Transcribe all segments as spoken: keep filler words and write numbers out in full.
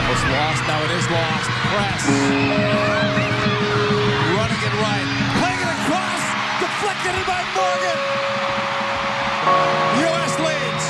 Was lost, now it is lost. Press. Running it right. Playing it across. Deflected it by Morgan. U S leads.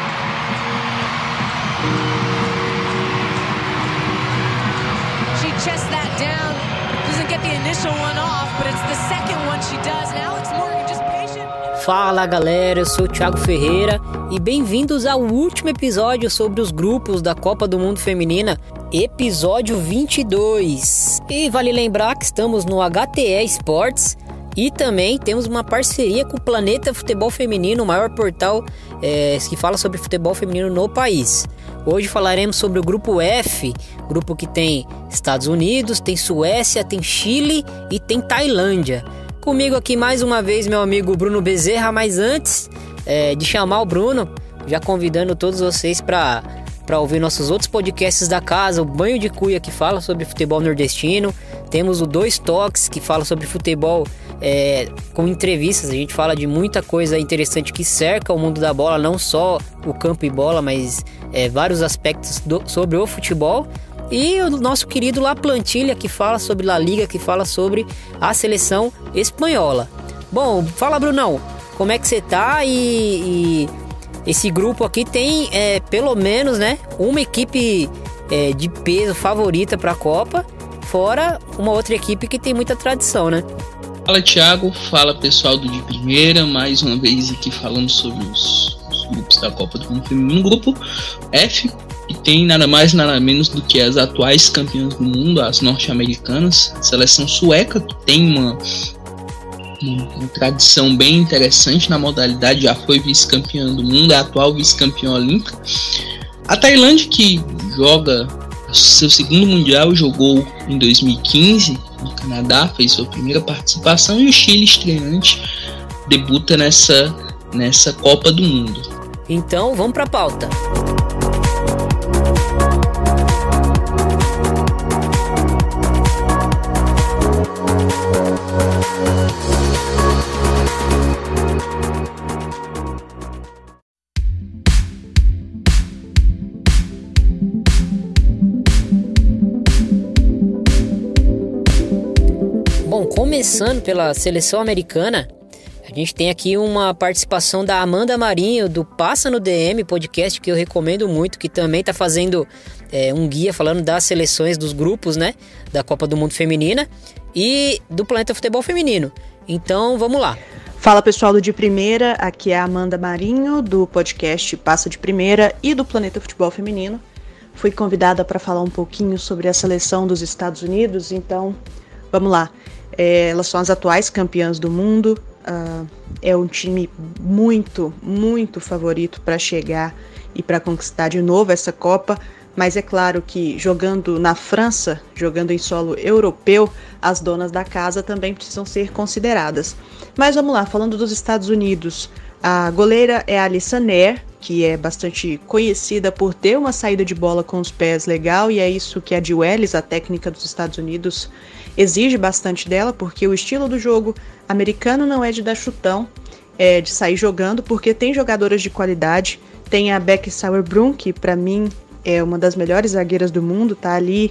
She chests that down. Doesn't get the initial one off, but it's the second one she does. And Alex Morgan just patient. Fala galera, eu sou o Thiago Ferreira e bem-vindos ao último episódio sobre os grupos da Copa do Mundo Feminina, episódio vinte e dois. E vale lembrar que estamos no H T E Sports e também temos uma parceria com o Planeta Futebol Feminino, o maior portal é, que fala sobre futebol feminino no país. Hoje falaremos sobre o grupo F, grupo que tem Estados Unidos, tem Suécia, tem Chile e tem Tailândia. Comigo aqui mais uma vez meu amigo Bruno Bezerra, mas antes é, de chamar o Bruno, já convidando todos vocês para para ouvir nossos outros podcasts da casa, o Banho de Cuia que fala sobre futebol nordestino, temos o Dois Toques que fala sobre futebol é, com entrevistas, a gente fala de muita coisa interessante que cerca o mundo da bola, não só o campo e bola, mas é, vários aspectos do, sobre o futebol. E o nosso querido La Plantilha, que fala sobre La Liga, que fala sobre a seleção espanhola. Bom, fala Brunão, como é que você tá? E, e esse grupo aqui tem é, pelo menos, né, uma equipe é, de peso favorita para a Copa, fora uma outra equipe que tem muita tradição, né? Fala Thiago, fala pessoal do De Primeira, mais uma vez aqui falando sobre os, os grupos da Copa do Mundo Feminino. Grupo F, e tem nada mais nada menos do que as atuais campeãs do mundo, as norte-americanas, a seleção sueca, que tem uma, uma, uma tradição bem interessante na modalidade, já foi vice-campeã do mundo, é a atual vice-campeã olímpica. A Tailândia, que joga seu segundo mundial, jogou em dois mil e quinze no Canadá, fez sua primeira participação, e o Chile, estreante, debuta nessa, nessa Copa do Mundo. Então vamos para a pauta. Bom, começando pela seleção americana, a gente tem aqui uma participação da Amanda Marinho, do Passa no D M, podcast que eu recomendo muito, que também está fazendo é, um guia falando das seleções dos grupos, né, da Copa do Mundo Feminina e do Planeta Futebol Feminino. Então, vamos lá. Fala pessoal do De Primeira, aqui é a Amanda Marinho, do podcast Passa de Primeira e do Planeta Futebol Feminino. Fui convidada para falar um pouquinho sobre a seleção dos Estados Unidos, então vamos lá. É, elas são as atuais campeãs do mundo, uh, é um time muito, muito favorito para chegar e para conquistar de novo essa Copa, mas é claro que jogando na França, jogando em solo europeu, as donas da casa também precisam ser consideradas. Mas vamos lá, falando dos Estados Unidos, a goleira é a Alyssa Naeher, que é bastante conhecida por ter uma saída de bola com os pés legal, e é isso que a Jill Ellis, a técnica dos Estados Unidos, exige bastante dela, porque o estilo do jogo americano não é de dar chutão, é de sair jogando, porque tem jogadoras de qualidade. Tem a Becky Sauerbrunn, que para mim é uma das melhores zagueiras do mundo, tá ali,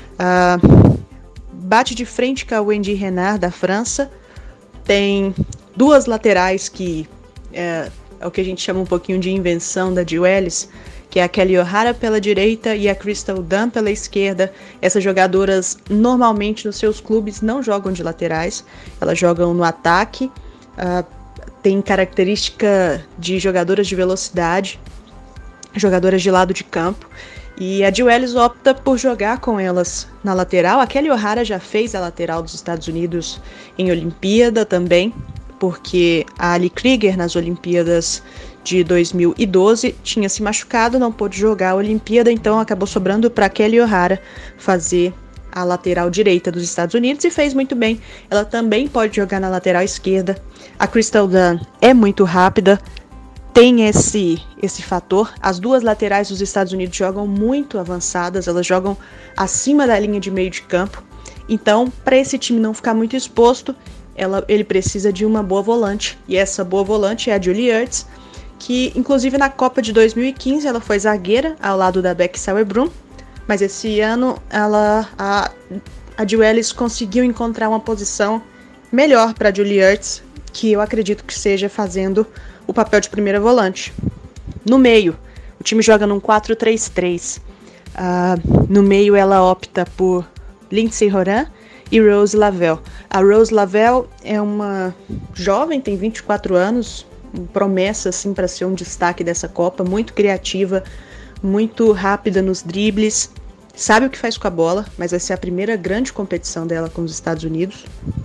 uh, bate de frente com a Wendy Renard da França. Tem duas laterais que é, é o que a gente chama um pouquinho de invenção da Jill Ellis, que é a Kelly O'Hara pela direita e a Crystal Dunn pela esquerda. Essas jogadoras normalmente nos seus clubes não jogam de laterais, elas jogam no ataque, uh, tem característica de jogadoras de velocidade, jogadoras de lado de campo, e a Jill Ellis opta por jogar com elas na lateral. A Kelly O'Hara já fez a lateral dos Estados Unidos em Olimpíada também, porque a Ali Krieger nas Olimpíadas de dois mil e doze tinha se machucado, não pôde jogar a Olimpíada, então acabou sobrando para Kelly O'Hara fazer a lateral direita dos Estados Unidos, e fez muito bem. Ela também pode jogar na lateral esquerda. A Crystal Dunn é muito rápida, tem esse, esse fator. As duas laterais dos Estados Unidos jogam muito avançadas, elas jogam acima da linha de meio de campo. Então, para esse time não ficar muito exposto, ela, ele precisa de uma boa volante, e essa boa volante é a Julie Ertz, que inclusive na Copa de dois mil e quinze ela foi zagueira ao lado da Becky Sauerbrunn, Mas esse ano ela, a, a Jill Ellis conseguiu encontrar uma posição melhor para a Julie Ertz, que eu acredito que seja fazendo o papel de primeira volante. No meio, o time joga num quatro três três. Uh, no meio ela opta por Lindsey Horan e Rose Lavelle. A Rose Lavelle é uma jovem, tem vinte e quatro anos, promessa assim, para ser um destaque dessa Copa, muito criativa, muito rápida nos dribles, sabe o que faz com a bola, mas vai ser a primeira grande competição dela com os Estados Unidos.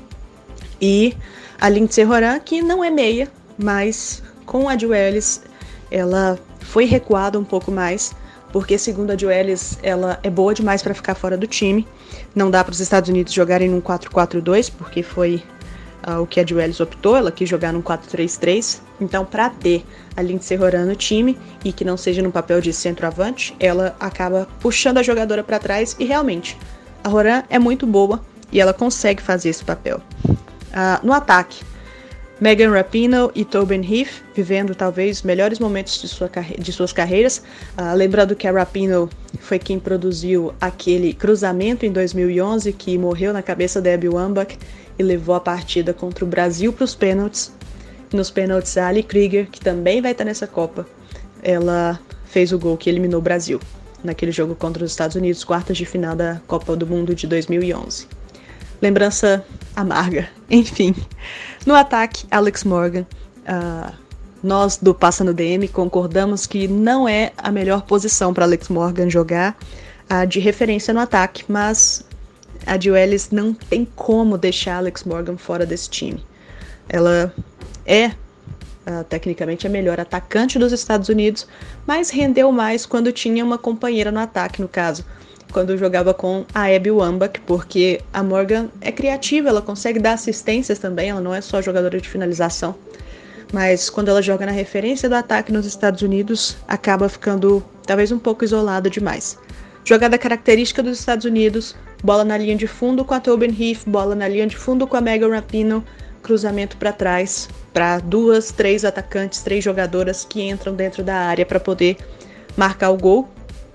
E a Lindsey Horan, que não é meia, mas com a Jill Ellis ela foi recuada um pouco mais, porque segundo a Jill Ellis, ela é boa demais para ficar fora do time. Não dá para os Estados Unidos jogarem num quatro quatro dois, porque foi uh, o que a Jill Ellis optou, ela quis jogar num quatro três três. Então, para ter a Lindsey Horan no time, e que não seja no papel de centroavante, ela acaba puxando a jogadora para trás, e realmente, a Horan é muito boa, e ela consegue fazer esse papel. Uh, no ataque, Megan Rapinoe e Tobin Heath vivendo talvez os melhores momentos de, sua carre- de suas carreiras. Uh, lembrando que a Rapinoe foi quem produziu aquele cruzamento em dois mil e onze que morreu na cabeça da Abby Wambach e levou a partida contra o Brasil para os pênaltis. Nos pênaltis, a Ali Krieger, que também vai estar nessa Copa, ela fez o gol que eliminou o Brasil naquele jogo contra os Estados Unidos, quartas de final da Copa do Mundo de dois mil e onze. Lembrança amarga, enfim. No ataque, Alex Morgan. Uh, nós do Passa no D M concordamos que não é a melhor posição para Alex Morgan jogar uh, de referência no ataque, mas a Jill Ellis não tem como deixar Alex Morgan fora desse time. Ela é, uh, tecnicamente, a melhor atacante dos Estados Unidos, mas rendeu mais quando tinha uma companheira no ataque, no caso, quando jogava com a Abby Wambach, porque a Morgan é criativa, ela consegue dar assistências também, ela não é só jogadora de finalização, mas quando ela joga na referência do ataque nos Estados Unidos, acaba ficando talvez um pouco isolada demais. Jogada característica dos Estados Unidos, bola na linha de fundo com a Tobin Heath, bola na linha de fundo com a Megan Rapinoe, cruzamento para trás, para duas, três atacantes, três jogadoras que entram dentro da área para poder marcar o gol.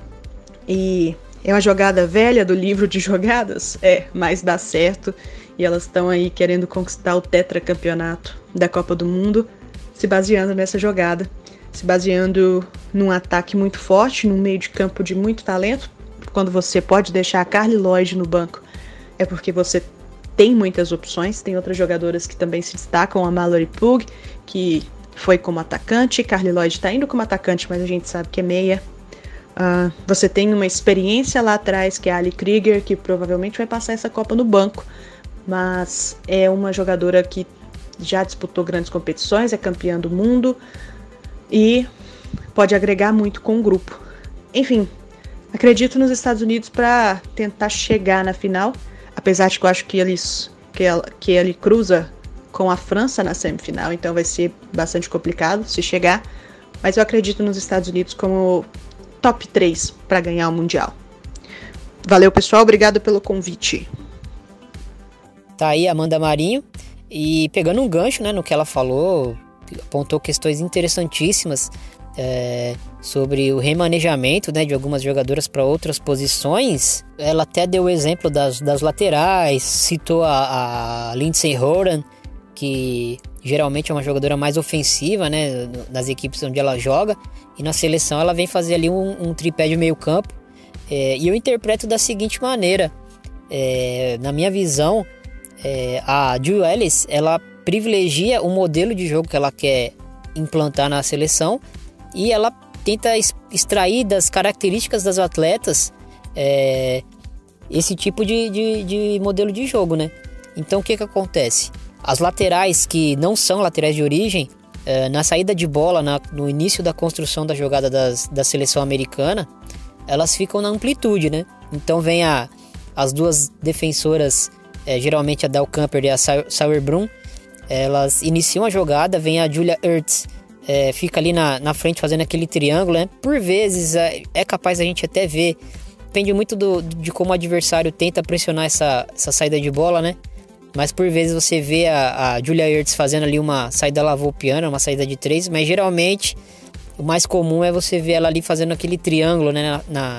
E é uma jogada velha do livro de jogadas? É, mas dá certo. E elas estão aí querendo conquistar o tetracampeonato da Copa do Mundo, se baseando nessa jogada, se baseando num ataque muito forte, num meio de campo de muito talento. Quando você pode deixar a Carli Lloyd no banco, é porque você tem muitas opções. Tem outras jogadoras que também se destacam, a Mallory Pugh, que foi como atacante. Carli Lloyd está indo como atacante, mas a gente sabe que é meia. Uh, você tem uma experiência lá atrás, que é a Ali Krieger, que provavelmente vai passar essa Copa no banco, mas é uma jogadora que já disputou grandes competições, é campeã do mundo e pode agregar muito com o grupo. Enfim, acredito nos Estados Unidos para tentar chegar na final, apesar de que eu acho que eles que ela, que ele cruza com a França na semifinal, então vai ser bastante complicado se chegar, mas eu acredito nos Estados Unidos como top três para ganhar o Mundial. Valeu, pessoal, obrigado pelo convite. Tá aí Amanda Marinho, e pegando um gancho, né, no que ela falou, apontou questões interessantíssimas é, sobre o remanejamento, né, de algumas jogadoras para outras posições. Ela até deu o exemplo das, das laterais, citou a, a Lindsey Horan, que geralmente é uma jogadora mais ofensiva, né, nas equipes onde ela joga, e na seleção ela vem fazer ali um, um tripé de meio campo, é, e eu interpreto da seguinte maneira, é, na minha visão, é, a Jill Ellis, ela privilegia o modelo de jogo que ela quer implantar na seleção, e ela tenta extrair das características das atletas é, esse tipo de, de, de modelo de jogo, né? Então o que que acontece? As laterais que não são laterais de origem, é, na saída de bola, na, no início da construção da jogada das, da seleção americana, elas ficam na amplitude, né? Então vem a, as duas defensoras, é, geralmente a Dal Camper e a Sauerbrunn, elas iniciam a jogada, vem a Julia Ertz, é, fica ali na, na frente fazendo aquele triângulo, né? Por vezes é, é capaz a gente até ver, depende muito do, de como o adversário tenta pressionar essa, essa saída de bola, né? Mas por vezes você vê a, a Julia Ertz fazendo ali uma saída lavoupiana, uma saída de três, mas geralmente o mais comum é você ver ela ali fazendo aquele triângulo, né, na, na,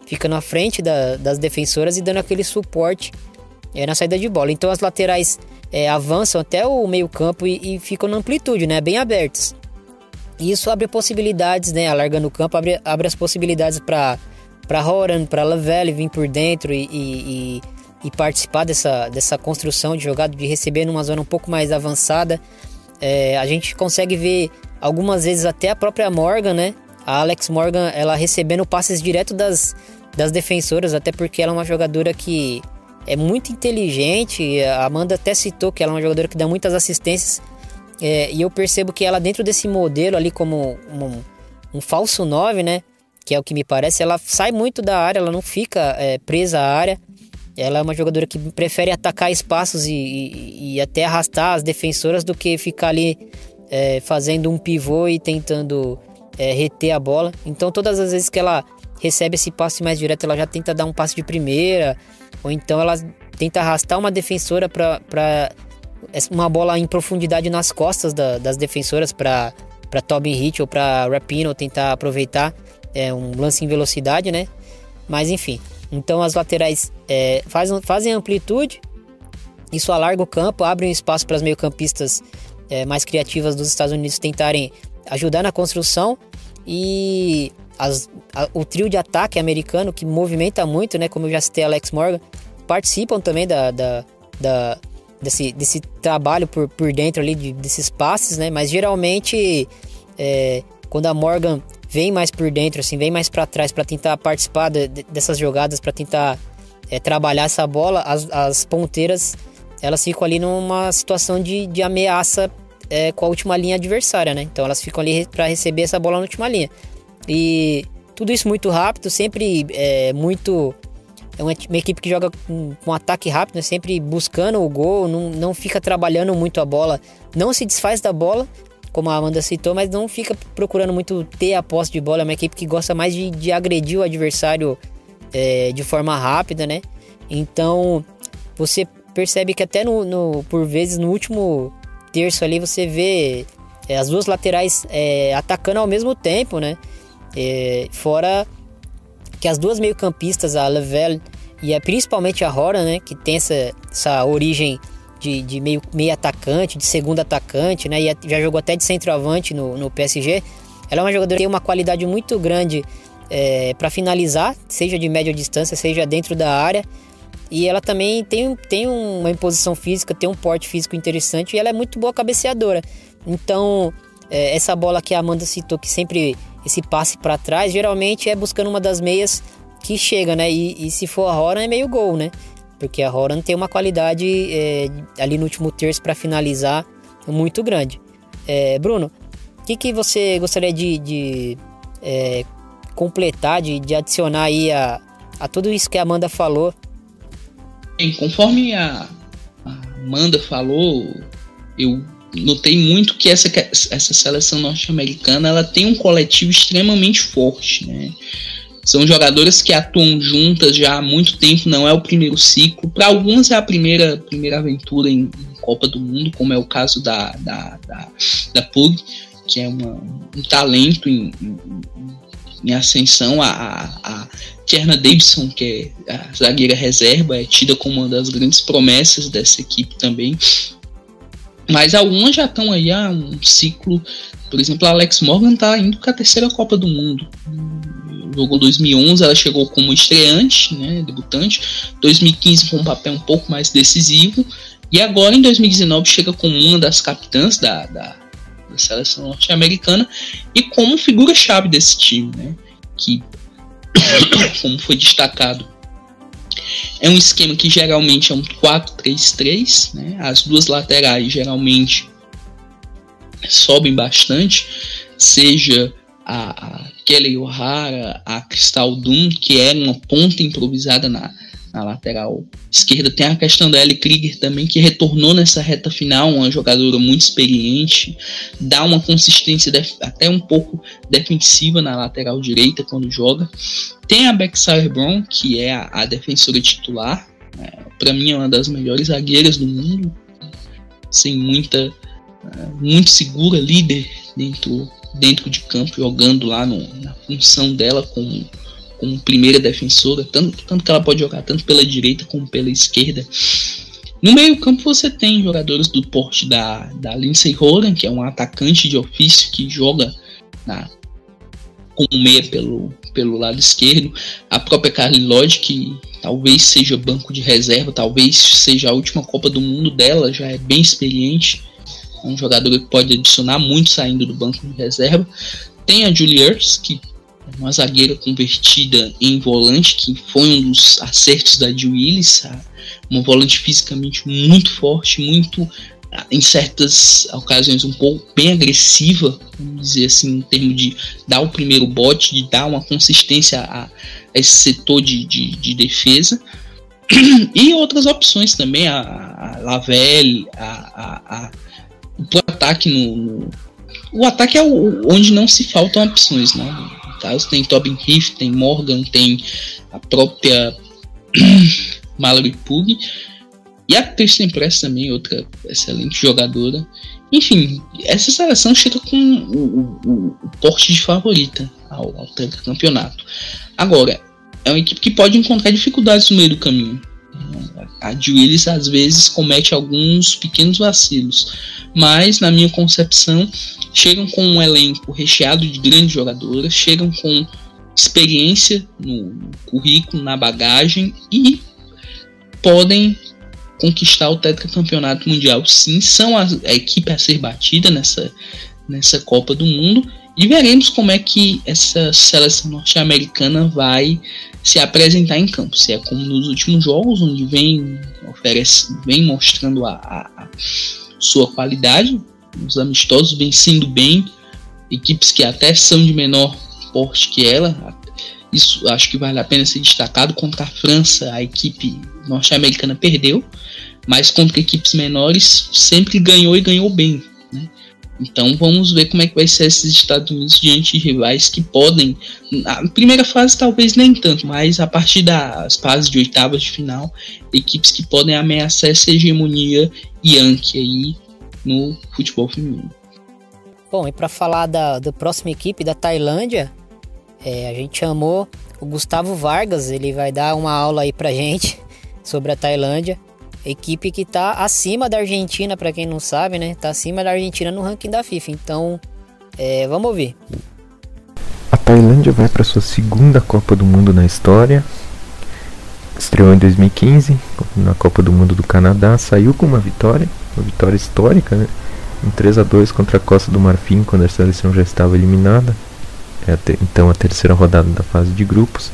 fica na frente da, das defensoras e dando aquele suporte é, na saída de bola. Então as laterais é, avançam até o meio campo e, e ficam na amplitude, né, bem abertas. E isso abre possibilidades, né, alargando o campo, abre, abre as possibilidades para para Horan, para Lavelle vir por dentro e, e, e participar dessa, dessa construção de jogada, de receber numa zona um pouco mais avançada. É, a gente consegue ver algumas vezes até a própria Morgan, né? A Alex Morgan, ela recebendo passes direto das, das defensoras, até porque ela é uma jogadora que é muito inteligente. A Amanda até citou que ela é uma jogadora que dá muitas assistências. É, e eu percebo que ela, dentro desse modelo ali, como um, um falso nove, né? Que é o que me parece, ela sai muito da área, ela não fica é, presa à área. Ela é uma jogadora que prefere atacar espaços e, e, e até arrastar as defensoras do que ficar ali é, fazendo um pivô e tentando é, reter a bola. Então todas as vezes que ela recebe esse passe mais direto, ela já tenta dar um passe de primeira, ou então ela tenta arrastar uma defensora para uma bola em profundidade nas costas da, das defensoras para Tobin Hitch ou para Rapinoe tentar aproveitar é, um lance em velocidade, né? Mas enfim, então as laterais é, fazem, fazem amplitude, isso alarga o campo, abre um espaço para as meio-campistas é, mais criativas dos Estados Unidos tentarem ajudar na construção, e as, a, o trio de ataque americano, que movimenta muito, né? Como eu já citei, Alex Morgan, participam também da, da, da, desse, desse trabalho por, por dentro ali, de, desses passes, né? Mas geralmente é, quando a Morgan vem mais por dentro, assim, vem mais para trás para tentar participar de, de, dessas jogadas, para tentar é, trabalhar essa bola, as, as ponteiras, elas ficam ali numa situação de, de ameaça é, com a última linha adversária, né? Então elas ficam ali para receber essa bola na última linha. E tudo isso muito rápido, sempre é, muito... É uma, uma equipe que joga com, com ataque rápido, né? Sempre buscando o gol, não, não fica trabalhando muito a bola, não se desfaz da bola, como a Amanda citou, mas não fica procurando muito ter a posse de bola. É uma equipe que gosta mais de, de agredir o adversário é, de forma rápida, né? Então, você percebe que até no, no, por vezes no último terço ali você vê é, as duas laterais é, atacando ao mesmo tempo, né? É, fora que as duas meio-campistas, a Lavelle e a, principalmente a Horan, né? Que tem essa, essa origem de, de meio, meio atacante, de segundo atacante, né? E já jogou até de centroavante no, no P S G. Ela é uma jogadora que tem uma qualidade muito grande é, para finalizar, seja de média distância, seja dentro da área. E ela também tem, tem uma imposição física, tem um porte físico interessante, e ela é muito boa cabeceadora. Então, é, essa bola que a Amanda citou, que sempre esse passe para trás, geralmente é buscando uma das meias que chega, né? E, e se for a Horan, é meio gol, né? Porque a Horan tem uma qualidade é, ali no último terço para finalizar muito grande. É, Bruno, o que, que você gostaria de, de é, completar, de, de adicionar aí a, a tudo isso que a Amanda falou? Bem, conforme a, a Amanda falou, eu notei muito que essa, essa seleção norte-americana ela tem um coletivo extremamente forte, né? São jogadoras que atuam juntas já há muito tempo, não é o primeiro ciclo. Para algumas é a primeira, primeira aventura em, em Copa do Mundo, como é o caso da, da, da, da Pug, que é uma, um talento em, em, em ascensão. A, a Tierna Davidson, que é a zagueira reserva, é tida como uma das grandes promessas dessa equipe também. Mas algumas já estão aí há um ciclo. Por exemplo, a Alex Morgan está indo para a terceira Copa do Mundo. Jogou dois mil e onze, ela chegou como estreante, né, debutante. dois mil e quinze com um papel um pouco mais decisivo. E agora em dois mil e dezenove chega como uma das capitãs da, da, da seleção norte-americana e como figura-chave desse time, né, que, como foi destacado, é um esquema que geralmente é um quatro três três, né? As duas laterais geralmente sobem bastante, seja a, a Kelly O'Hara, a Crystal Dunn, que é uma ponta improvisada na, na lateral esquerda. Tem a questão da Ellie Krieger também, que retornou nessa reta final, uma jogadora muito experiente, dá uma consistência def- até um pouco defensiva na lateral direita quando joga. Tem a Bexar Brown, que é a, a defensora titular, né? Para mim é uma das melhores zagueiras do mundo, sem muita, uh, muito segura, líder dentro, dentro de campo, jogando lá no, na função dela como, como primeira defensora, tanto, tanto que ela pode jogar tanto pela direita como pela esquerda. No meio campo você tem jogadores do porte da, da Lindsay Horan, que é um atacante de ofício que joga na, como meia pelo, pelo lado esquerdo. A própria Carly Lloyd, que talvez seja banco de reserva, talvez seja a última Copa do Mundo dela, já é bem experiente, é um jogador que pode adicionar muito saindo do banco de reserva. Tem a Julie Ertz, que é uma zagueira convertida em volante, que foi um dos acertos da Jill Willis, uma volante fisicamente muito forte, muito, em certas ocasiões, um pouco bem agressiva, vamos dizer assim, em termos de dar o primeiro bote, de dar uma consistência a, a esse setor de, de, de defesa. E outras opções também, a, a Lavelle, a, a, a, o ataque no, no... O ataque é o, onde não se faltam opções, né? No caso tem Tobin Heath, tem Morgan, tem a própria Mallory Pugh, e a Kirsten Press também, outra excelente jogadora. Enfim, essa seleção chega com o, o, o porte de favorita ao, ao campeonato. Agora, é uma equipe que pode encontrar dificuldades no meio do caminho. A Jill Willis às vezes comete alguns pequenos vacilos, mas na minha concepção chegam com um elenco recheado de grandes jogadoras, chegam com experiência no, no currículo, na bagagem, e podem conquistar o tetracampeonato mundial. Sim, são a, a equipe a ser batida nessa, nessa Copa do Mundo, e veremos como é que essa seleção norte-americana vai se apresentar em campo. Se é como nos últimos jogos, onde vem, oferece, vem mostrando a, a, a sua qualidade, os amistosos vencendo bem equipes que até são de menor porte que ela. Isso acho que vale a pena ser destacado. Contra a França, a equipe norte-americana perdeu, mas contra equipes menores sempre ganhou, e ganhou bem, né? Então vamos ver como é que vai ser esses Estados Unidos diante de rivais que podem, na primeira fase talvez nem tanto, mas a partir das fases de oitavas de final, equipes que podem ameaçar essa hegemonia Yankee aí no futebol feminino. Bom, e para falar da, da próxima equipe, da Tailândia, é, a gente chamou o Gustavo Vargas, ele vai dar uma aula aí pra gente sobre a Tailândia. Equipe que tá acima da Argentina, para quem não sabe, né? Tá acima da Argentina no ranking da FIFA. Então, é, vamos ouvir. A Tailândia vai para sua segunda Copa do Mundo na história. Estreou em dois mil e quinze na Copa do Mundo do Canadá. Saiu com uma vitória, uma vitória histórica, né? Um três a dois contra a Costa do Marfim, quando a seleção já estava eliminada. É a te- então a terceira rodada da fase de grupos.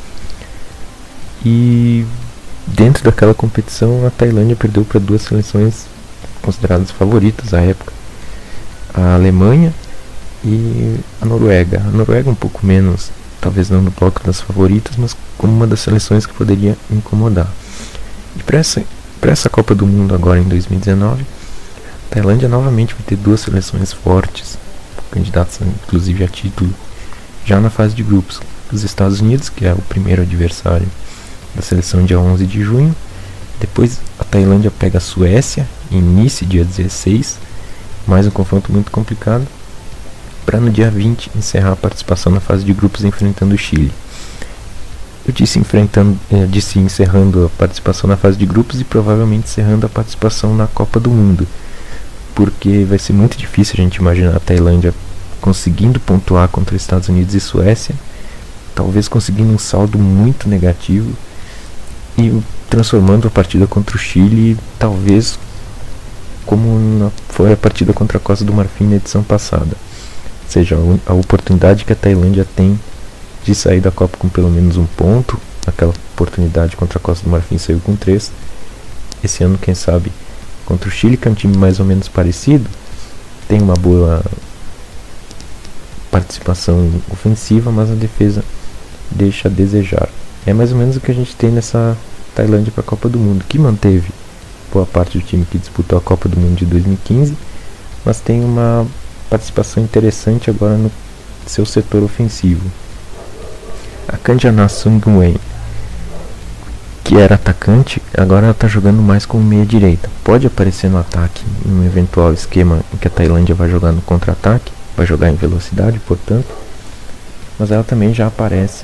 E dentro daquela competição, a Tailândia perdeu para duas seleções consideradas favoritas à época, a Alemanha e a Noruega. A Noruega um pouco menos, talvez não no bloco das favoritas, mas como uma das seleções que poderia incomodar. E para essa, para essa Copa do Mundo agora em dois mil e dezenove, a Tailândia novamente vai ter duas seleções fortes, candidatas inclusive a título, já na fase de grupos. Os Estados Unidos, que é o primeiro adversário da seleção, dia onze de junho. Depois a Tailândia pega a Suécia em Nice, dia dezesseis, mais um confronto muito complicado, para no dia vinte encerrar a participação na fase de grupos enfrentando o Chile. Eu disse, enfrentando, eu disse encerrando a participação na fase de grupos e provavelmente encerrando a participação na Copa do Mundo, porque vai ser muito difícil a gente imaginar a Tailândia conseguindo pontuar contra os Estados Unidos e Suécia, talvez conseguindo um saldo muito negativo e transformando a partida contra o Chile, talvez como na, foi a partida contra a Costa do Marfim na edição passada. Ou seja, a, a oportunidade que a Tailândia tem de sair da Copa com pelo menos um ponto. Aquela oportunidade contra a Costa do Marfim saiu com três. Esse ano, quem sabe, contra o Chile, que é um time mais ou menos parecido, tem uma boa participação ofensiva, mas a defesa deixa a desejar. É mais ou menos o que a gente tem nessa Tailândia para a Copa do Mundo, que manteve boa parte do time que disputou a Copa do Mundo de dois mil e quinze, mas tem uma participação interessante agora no seu setor ofensivo. A Kanjana Sungwon, que era atacante, agora ela está jogando mais como meia direita. Pode aparecer no ataque em um eventual esquema em que a Tailândia vai jogar no contra-ataque, vai jogar em velocidade, portanto, mas ela também já aparece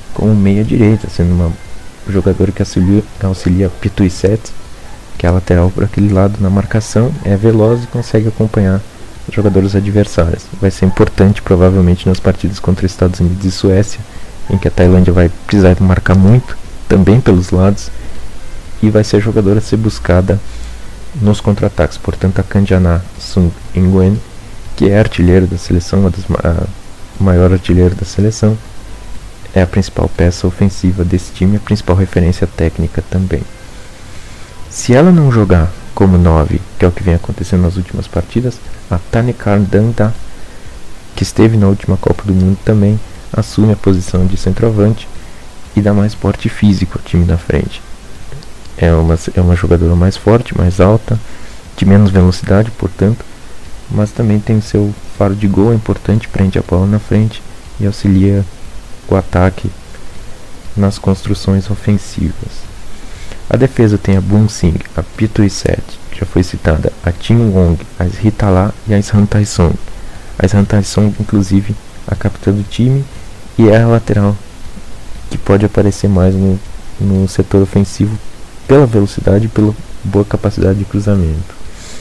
como meia direita, sendo uma jogadora que auxilia, auxilia Pitou-Iset, que é a lateral por aquele lado na marcação, é veloz e consegue acompanhar os jogadores adversários. Vai ser importante provavelmente nas partidas contra Estados Unidos e Suécia, em que a Tailândia vai precisar marcar muito, também pelos lados, e vai ser a jogadora a ser buscada nos contra-ataques. Portanto, a Kandianá Sung Nguyen, que é artilheira da seleção, uma das a maior artilheira da seleção, é a principal peça ofensiva desse time, a principal referência técnica também. Se ela não jogar como nove, que é o que vem acontecendo nas últimas partidas, a Tanikar Dangda, que esteve na última Copa do Mundo também, assume a posição de centroavante e dá mais porte físico ao time da frente. É uma, é uma jogadora mais forte, mais alta, de menos velocidade, portanto, mas também tem seu faro de gol, é importante, prende a bola na frente e auxilia o ataque nas construções ofensivas. A defesa tem a Boon Sing, a Pitou-Iset, já foi citada, a Tin Wong, a Sritala e a Shan Tai-song. A Shan Tai-song, inclusive, a capitã do time, e é a lateral que pode aparecer mais no, no setor ofensivo pela velocidade e pela boa capacidade de cruzamento.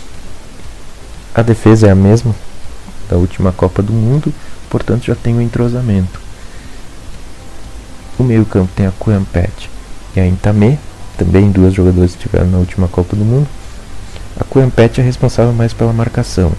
A defesa é a mesma da última Copa do Mundo, portanto já tem o entrosamento. O meio campo tem a Kuampet e a Intame, também duas jogadoras que estiveram na última Copa do Mundo. A Kuampet é responsável mais pela marcação.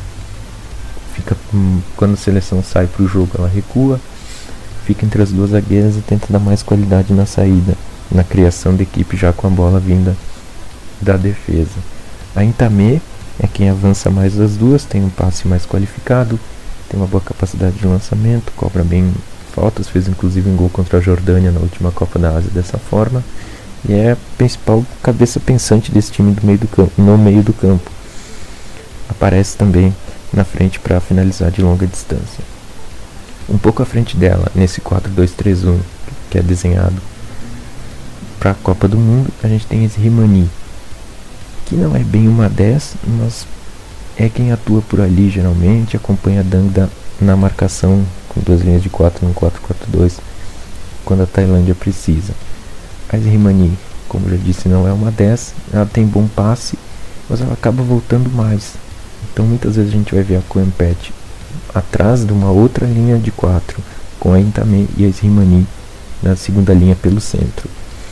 Fica, hum, quando a seleção sai para o jogo, ela recua, fica entre as duas zagueiras e tenta dar mais qualidade na saída, na criação da equipe já com a bola vinda da defesa. A Intame é quem avança mais das duas, tem um passe mais qualificado, tem uma boa capacidade de lançamento, cobra bem faltas, fez inclusive um gol contra a Jordânia na última Copa da Ásia dessa forma, e é a principal cabeça pensante desse time do meio do campo, no meio do campo. Aparece também na frente para finalizar de longa distância. Um pouco à frente dela, nesse quatro dois três um que é desenhado para a Copa do Mundo, a gente tem esse Srimani, que não é bem uma dez, mas é quem atua por ali geralmente, acompanha a Dangda na marcação com duas linhas de quatro no quatro quatro dois quando a Tailândia precisa. A Srimani, como já disse, não é uma dez, ela tem bom passe, mas ela acaba voltando mais. Então muitas vezes a gente vai ver a Kuampet atrás de uma outra linha de quatro, com a Intame e a Srimani na segunda linha pelo centro.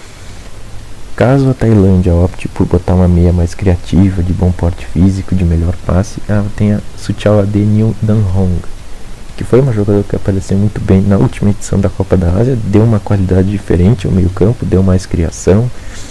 Caso a Tailândia opte por botar uma meia mais criativa, de bom porte físico, de melhor passe, ela tem a Suchawade Danhong, que foi uma jogadora que apareceu muito bem na última edição da Copa da Ásia, deu uma qualidade diferente ao meio campo, deu mais criação,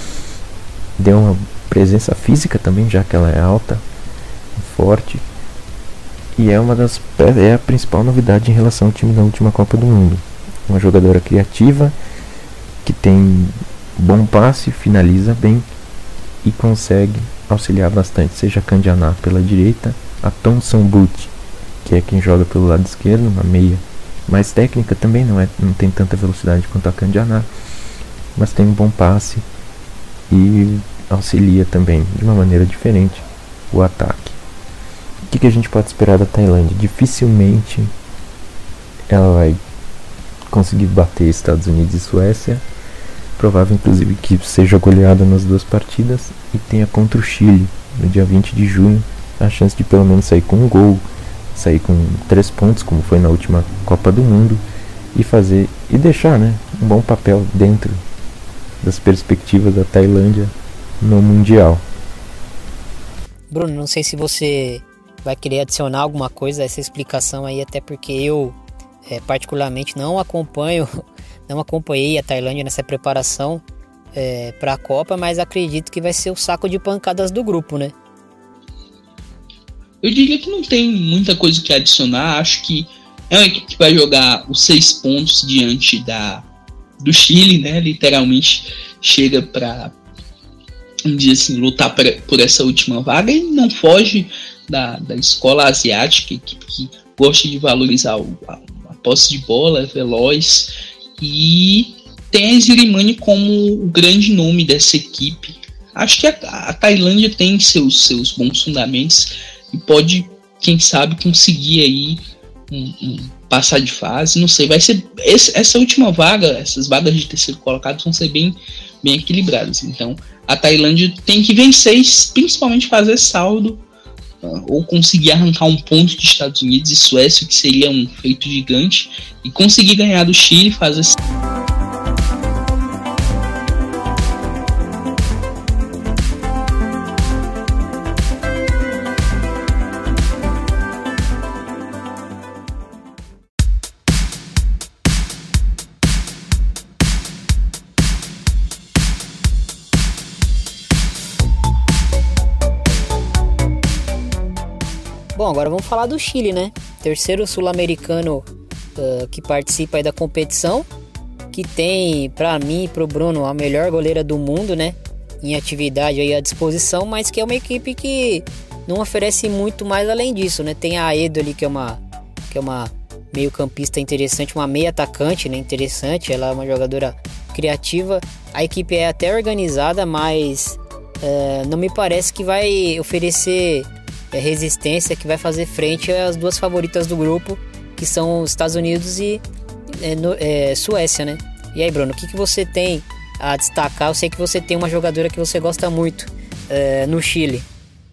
deu uma presença física também, já que ela é alta, forte, e é uma das é a principal novidade em relação ao time da última Copa do Mundo. Uma jogadora criativa, que tem bom passe, finaliza bem e consegue auxiliar bastante, seja a Kandianá pela direita, a Thomson Boot, que é quem joga pelo lado esquerdo, uma meia mais técnica também, não, é, não tem tanta velocidade quanto a Kandianá, mas tem um bom passe e auxilia também, de uma maneira diferente, o ataque. O que, que a gente pode esperar da Tailândia? Dificilmente ela vai conseguir bater Estados Unidos e Suécia, provável inclusive que seja goleada nas duas partidas, e tenha contra o Chile, no dia vinte de junho, a chance de pelo menos sair com um gol, sair com três pontos, como foi na última Copa do Mundo, e fazer e deixar, né, um bom papel dentro das perspectivas da Tailândia no Mundial. Bruno, não sei se você vai querer adicionar alguma coisa a essa explicação aí, até porque eu é, particularmente não acompanho, não acompanhei a Tailândia nessa preparação é, para a Copa, mas acredito que vai ser o saco de pancadas do grupo, né? Eu diria que não tem muita coisa que adicionar. Acho que é uma equipe que vai jogar os seis pontos diante da, do Chile, né? Literalmente chega para, vamos dizer assim, lutar pra, por essa última vaga, e não foge da, da escola asiática, equipe que gosta de valorizar o, a, a posse de bola, é veloz, e tem a Srimani como o grande nome dessa equipe. Acho que a, a Tailândia tem seus, seus bons fundamentos e pode, quem sabe, conseguir aí um, um passar de fase, não sei, vai ser esse, essa última vaga, essas vagas de terceiro colocado vão ser bem, bem equilibradas. Então a Tailândia tem que vencer e principalmente fazer saldo, uh, ou conseguir arrancar um ponto de Estados Unidos e Suécia, que seria um feito gigante, e conseguir ganhar do Chile e fazer. Bom, agora vamos falar do Chile, né? Terceiro sul-americano uh, que participa aí da competição, que tem, pra mim e pro Bruno, a melhor goleira do mundo, né? Em atividade aí à disposição, mas que é uma equipe que não oferece muito mais além disso, né? Tem a Aedo ali, que é uma, que é uma meio campista interessante, uma meia atacante, né? Interessante, ela é uma jogadora criativa. A equipe é até organizada, mas uh, não me parece que vai oferecer resistência, que vai fazer frente às duas favoritas do grupo, que são os Estados Unidos e é, no, é, Suécia, né? E aí, Bruno, o que, que você tem a destacar? Eu sei que você tem uma jogadora que você gosta muito é, no Chile.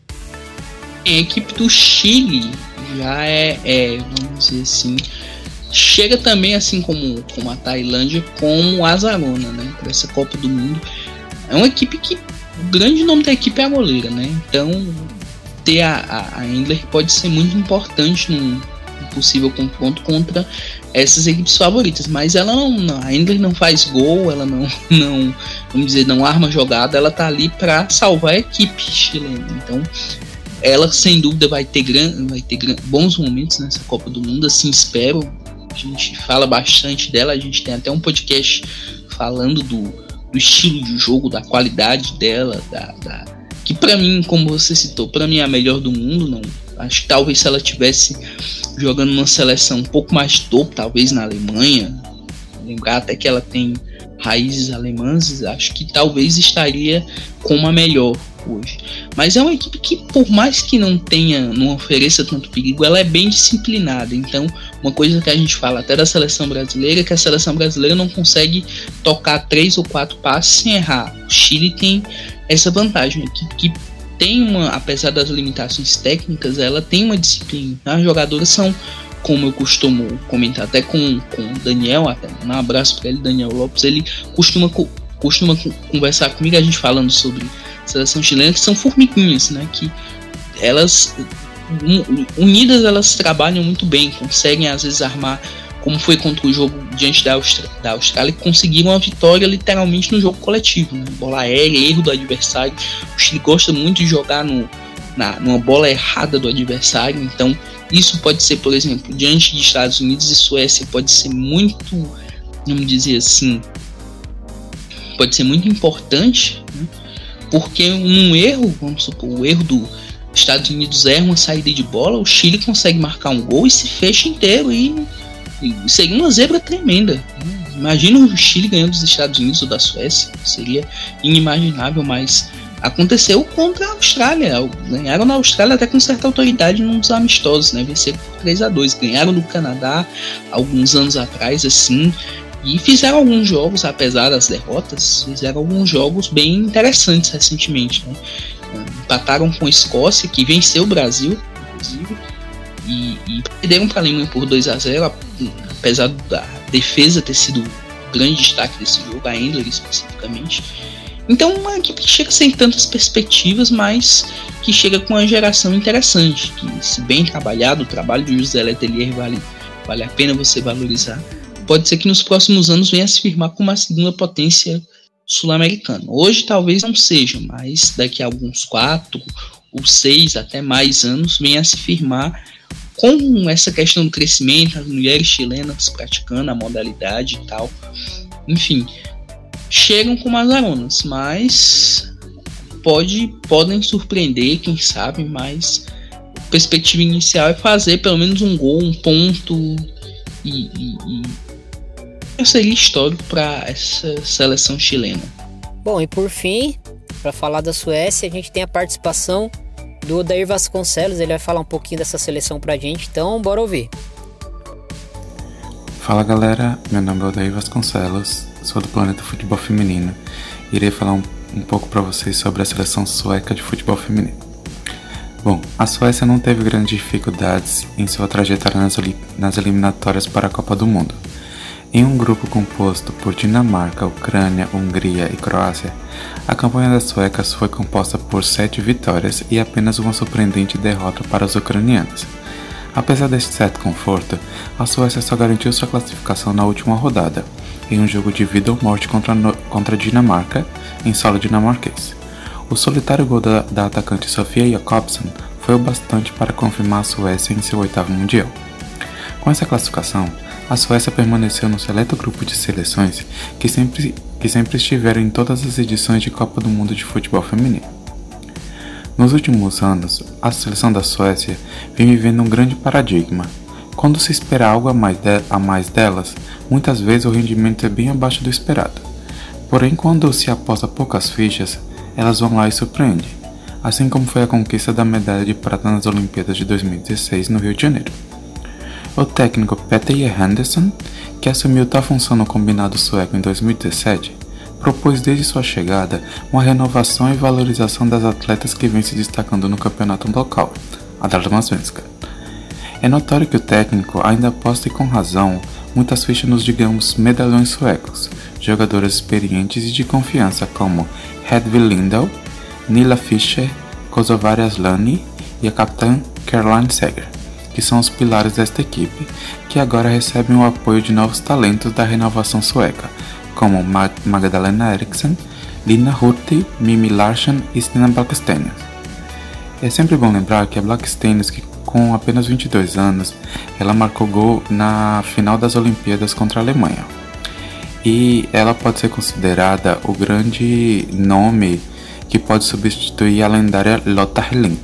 A equipe do Chile já é, é, vamos dizer assim, chega também, assim como, como a Tailândia, como a azarona, né? Para essa Copa do Mundo. É uma equipe que o grande nome da equipe é a goleira, né? Então ter a, a, a Endler pode ser muito importante num possível confronto contra essas equipes favoritas, mas ela não, não a Endler não faz gol, ela não, não, vamos dizer, não arma jogada, ela tá ali para salvar a equipe chilena. Então ela sem dúvida vai ter, gran, vai ter gran, bons momentos nessa Copa do Mundo, assim espero. A gente fala bastante dela, a gente tem até um podcast falando do, do estilo de jogo, da qualidade dela, da, da que pra mim, como você citou, pra mim é a melhor do mundo. Não, acho que talvez se ela tivesse jogando numa seleção um pouco mais topo, talvez na Alemanha, lembrar até que ela tem raízes alemãs, acho que talvez estaria como a melhor hoje. Mas é uma equipe que, por mais que não tenha, não ofereça tanto perigo, ela é bem disciplinada. Então, uma coisa que a gente fala até da seleção brasileira é que a seleção brasileira não consegue tocar três ou quatro passes sem errar. O Chile tem essa vantagem aqui, que tem uma, apesar das limitações técnicas, ela tem uma disciplina. As jogadoras são, como eu costumo comentar até com, com o Daniel, até um abraço para ele, Daniel Lopes, ele costuma, costuma conversar comigo, a gente falando sobre a seleção chilena, que são formiguinhas, né, que elas unidas elas trabalham muito bem, conseguem às vezes armar, como foi contra o jogo diante da, Austra- da Austrália, que conseguiram a vitória literalmente no jogo coletivo, né? Bola aérea, erro do adversário. O Chile gosta muito de jogar no, na, numa bola errada do adversário, então isso pode ser, por exemplo, diante de Estados Unidos e Suécia, pode ser muito, vamos dizer assim, pode ser muito importante, né? Porque um erro, vamos supor, o erro do Estados Unidos erra uma saída de bola, o Chile consegue marcar um gol e se fecha inteiro, e seria uma zebra tremenda. Imagina o Chile ganhando dos Estados Unidos ou da Suécia, seria inimaginável, mas aconteceu contra a Austrália. Ganharam na Austrália até com certa autoridade num dos amistosos, né? Venceram por três a dois. Ganharam no Canadá alguns anos atrás, assim, e fizeram alguns jogos, apesar das derrotas, fizeram alguns jogos bem interessantes recentemente, né? Empataram com a Escócia, que venceu o Brasil, inclusive, E, e perderam para a Alemanha por dois a zero, apesar da defesa ter sido o grande destaque desse jogo, a Endler especificamente. Então, uma equipe que chega sem tantas perspectivas, mas que chega com uma geração interessante, que, se bem trabalhado, o trabalho de José Letelier vale, vale a pena você valorizar. Pode ser que nos próximos anos venha a se firmar como a segunda potência sul-americana. Hoje talvez não seja, mas daqui a alguns quatro ou seis, até mais anos, venha a se firmar com essa questão do crescimento, as mulheres chilenas praticando a modalidade e tal. Enfim, chegam como azaronas, mas pode, podem surpreender, quem sabe, mas a perspectiva inicial é fazer pelo menos um gol, um ponto, e, e, e seria histórico para essa seleção chilena. Bom, e por fim, para falar da Suécia, a gente tem a participação do Odair Vasconcelos. Ele vai falar um pouquinho dessa seleção pra gente, então bora ouvir. Fala galera, meu nome é Odair Vasconcelos, sou do Planeta Futebol Feminino e irei falar um, um pouco para vocês sobre a seleção sueca de futebol feminino. Bom, a Suécia não teve grandes dificuldades em sua trajetória nas, nas eliminatórias para a Copa do Mundo. Em um grupo composto por Dinamarca, Ucrânia, Hungria e Croácia, a campanha das suecas foi composta por sete vitórias e apenas uma surpreendente derrota para os ucranianos. Apesar deste certo conforto, a Suécia só garantiu sua classificação na última rodada, em um jogo de vida ou morte contra, contra a Dinamarca, em solo dinamarquês. O solitário gol da, da atacante Sofia Jakobsen foi o bastante para confirmar a Suécia em seu oitavo Mundial. Com essa classificação, a Suécia permaneceu no seleto grupo de seleções que sempre, que sempre estiveram em todas as edições de Copa do Mundo de futebol feminino. Nos últimos anos, a seleção da Suécia vem vivendo um grande paradigma. Quando se espera algo a mais, de, a mais delas, muitas vezes o rendimento é bem abaixo do esperado. Porém, quando se aposta poucas fichas, elas vão lá e surpreendem, assim como foi a conquista da medalha de prata nas Olimpíadas de dois mil e dezesseis no Rio de Janeiro. O técnico Petter Henderson, que assumiu tal função no combinado sueco em dois mil e dezessete, propôs desde sua chegada uma renovação e valorização das atletas que vêm se destacando no campeonato local, a Damallsvenskan. É notório que o técnico ainda aposta e com razão muitas fichas nos, digamos, medalhões suecos, jogadoras experientes e de confiança como Hedvig Lindahl, Nilla Fischer, Kosovar Asllani e a capitã Caroline Seger, que são os pilares desta equipe, que agora recebem o apoio de novos talentos da renovação sueca, como Magdalena Eriksson, Lina Hurtig, Mimi Larsson e Stina Blackstenius. É sempre bom lembrar que a Blackstenius, que com apenas vinte e dois anos, ela marcou gol na final das Olimpíadas contra a Alemanha. E ela pode ser considerada o grande nome que pode substituir a lendária Lotta Helin.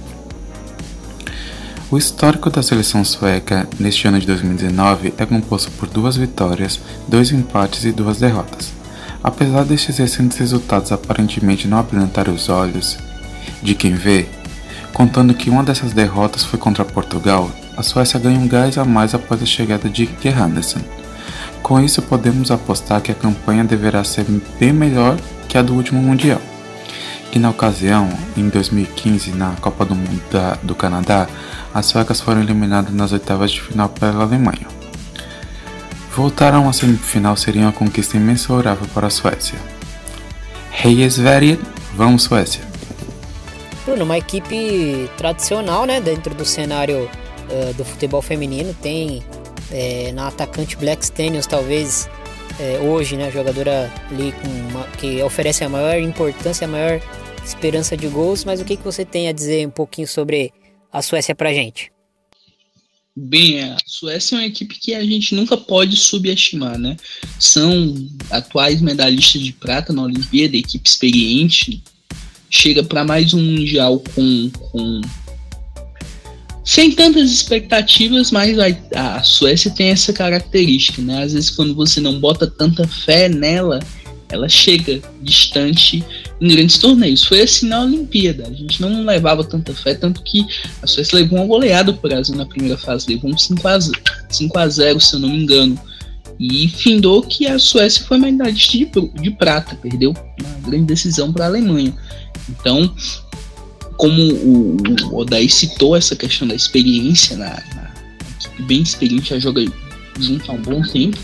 O histórico da seleção sueca neste ano de dois mil e dezenove é composto por duas vitórias, dois empates e duas derrotas. Apesar destes recentes resultados aparentemente não abrilhantarem os olhos de quem vê, contando que uma dessas derrotas foi contra Portugal, a Suécia ganha um gás a mais após a chegada de Henderson. Com isso, podemos apostar que a campanha deverá ser bem melhor que a do último Mundial, que na ocasião, em dois mil e quinze, na Copa do Mundo da, do Canadá, as suecas foram eliminadas nas oitavas de final pela Alemanha. Voltar a uma semifinal seria uma conquista imensurável para a Suécia. Heia Sverige, vamos Suécia! Bruno, uma equipe tradicional, né, dentro do cenário uh, do futebol feminino, tem é, na atacante Blackstenius, talvez é, hoje, né, jogadora ali com uma, que oferece a maior importância, a maior esperança de gols, mas o que, que você tem a dizer um pouquinho sobre a Suécia pra gente? Bem, a Suécia é uma equipe que a gente nunca pode subestimar, né? São atuais medalhistas de prata na Olimpíada, equipe experiente, chega para mais um Mundial com, com sem tantas expectativas, mas a, a Suécia tem essa característica, né? Às vezes quando você não bota tanta fé nela, ela chega distante em grandes torneios. Foi assim na Olimpíada, a gente não levava tanta fé, tanto que a Suécia levou uma goleada do Brasil na primeira fase, levou um cinco a zero, se eu não me engano, e findou que a Suécia foi medalhista de, de prata, perdeu uma grande decisão para a Alemanha. Então, como o, o Odair citou essa questão da experiência, na, na equipe bem experiente, já joga junto há um bom tempo,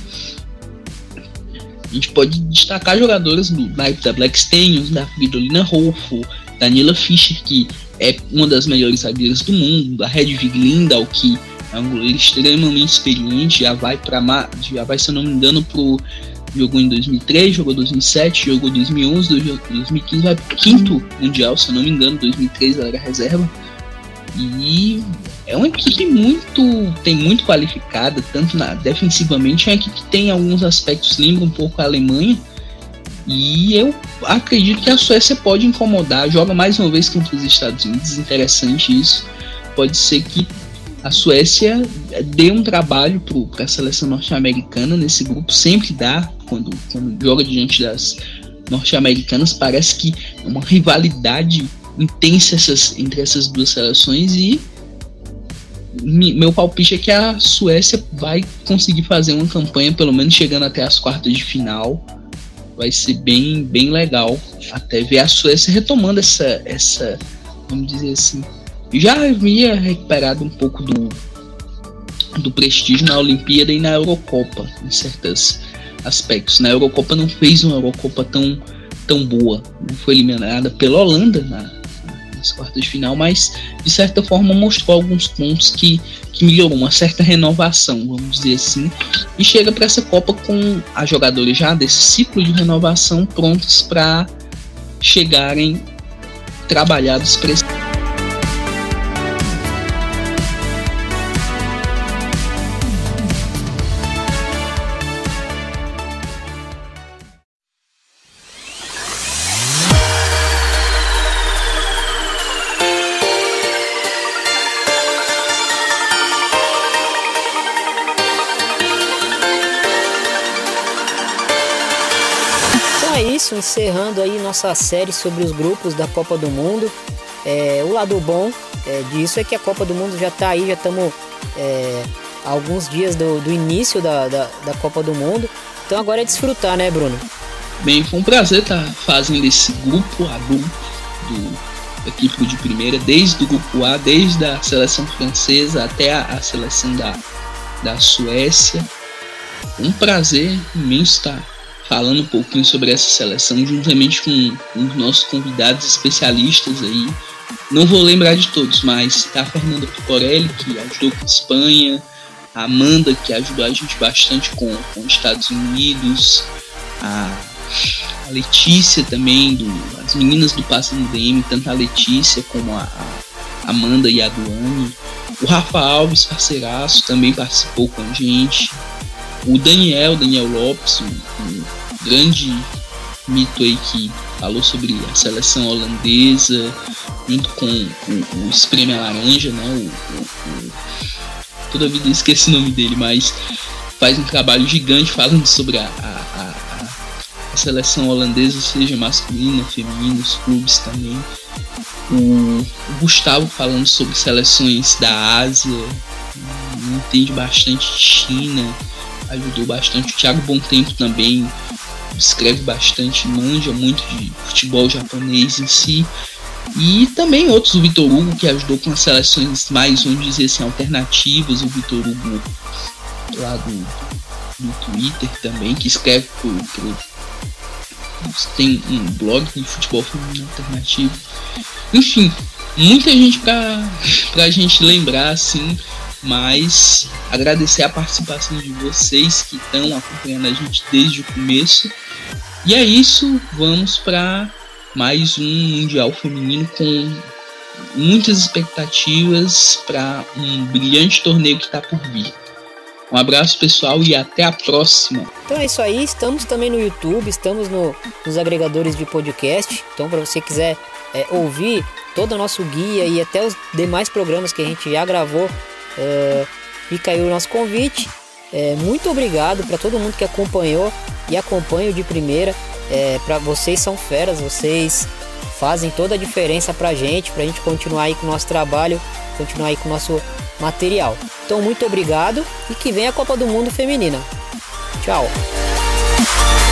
a gente pode destacar jogadoras do naipe da Blackstenius, da Fridolina Rolfo, da Nilla Fischer, que é uma das melhores zagueiras do mundo, da Hedvig Lindahl, que é um goleiro extremamente experiente, já vai para já vai, se eu não me engano, pro jogou em dois mil e três, jogou dois mil e sete, jogou dois mil e onze, dois mil e quinze, vai pro quinto mundial, se eu não me engano, dois mil e três ela era reserva. E é uma equipe muito, tem muito qualificada, tanto na, defensivamente, é uma equipe que tem alguns aspectos, lembra um pouco a Alemanha, e eu acredito que a Suécia pode incomodar, joga mais uma vez contra os Estados Unidos, interessante isso, pode ser que a Suécia dê um trabalho para a seleção norte-americana nesse grupo, sempre dá, quando, quando joga diante das norte-americanas, parece que é uma rivalidade intensa essas, entre essas duas seleções, e meu palpite é que a Suécia vai conseguir fazer uma campanha, pelo menos chegando até as quartas de final. Vai ser bem, bem legal até ver a Suécia retomando essa, essa, vamos dizer assim, já havia recuperado um pouco do, do prestígio na Olimpíada e na Eurocopa, em certos aspectos. Na Eurocopa não fez uma Eurocopa tão, tão boa, não foi eliminada pela Holanda na, nas quartas de final, mas de certa forma mostrou alguns pontos que, que melhorou, uma certa renovação, vamos dizer assim, e chega para essa Copa com as jogadoras já desse ciclo de renovação prontas para chegarem trabalhados para esse. Encerrando aí nossa série sobre os grupos da Copa do Mundo. É, o lado bom é, disso é que a Copa do Mundo já está aí, já estamos é, há alguns dias do, do início da, da, da Copa do Mundo. Então agora é desfrutar, né, Bruno? Bem, foi um prazer estar fazendo esse grupo a grupo do equipe de primeira, desde o grupo A, desde a seleção francesa até a, a seleção da, da Suécia. Um prazer imenso estar falando um pouquinho sobre essa seleção, juntamente com os nossos convidados especialistas aí. Não vou lembrar de todos, mas tá a Fernanda Picorelli, que ajudou com a Espanha, a Amanda, que ajudou a gente bastante com, com os Estados Unidos, a, a Letícia também, do, as meninas do Passe no D M, tanto a Letícia como a, a Amanda e a Duane. O Rafa Alves, parceiraço, também participou com a gente. O Daniel, Daniel Lopes, um, um grande mito aí que falou sobre a seleção holandesa, junto com o, o Espreme a Laranja, né? O, o, o, toda a vida eu esqueci o nome dele, mas faz um trabalho gigante falando sobre a, a, a, a seleção holandesa, seja masculina, feminina, os clubes também. O, o Gustavo falando sobre seleções da Ásia, entende bastante China, ajudou bastante. O Thiago Bom Tempo também escreve bastante, manja muito de futebol japonês em si. E também outros, o Vitor Hugo, que ajudou com as seleções mais, vamos dizer assim, alternativas. O Vitor Hugo lá do, do Twitter também, que escreve pro, pro, tem um blog de futebol feminino alternativo. Enfim, muita gente pra, pra gente lembrar, assim. Mas agradecer a participação de vocês que estão acompanhando a gente desde o começo. E é isso, vamos para mais um Mundial Feminino com muitas expectativas para um brilhante torneio que está por vir. Um abraço, pessoal, e até a próxima. Então é isso aí, estamos também no YouTube, estamos no, nos agregadores de podcast. Então, para você quiser é, ouvir todo o nosso guia e até os demais programas que a gente já gravou, É, fica aí o nosso convite. É, muito obrigado para todo mundo que acompanhou e acompanha o de primeira. É, para vocês são feras, vocês fazem toda a diferença pra gente, pra gente continuar aí com o nosso trabalho, continuar aí com o nosso material. Então muito obrigado e que venha a Copa do Mundo Feminina. Tchau.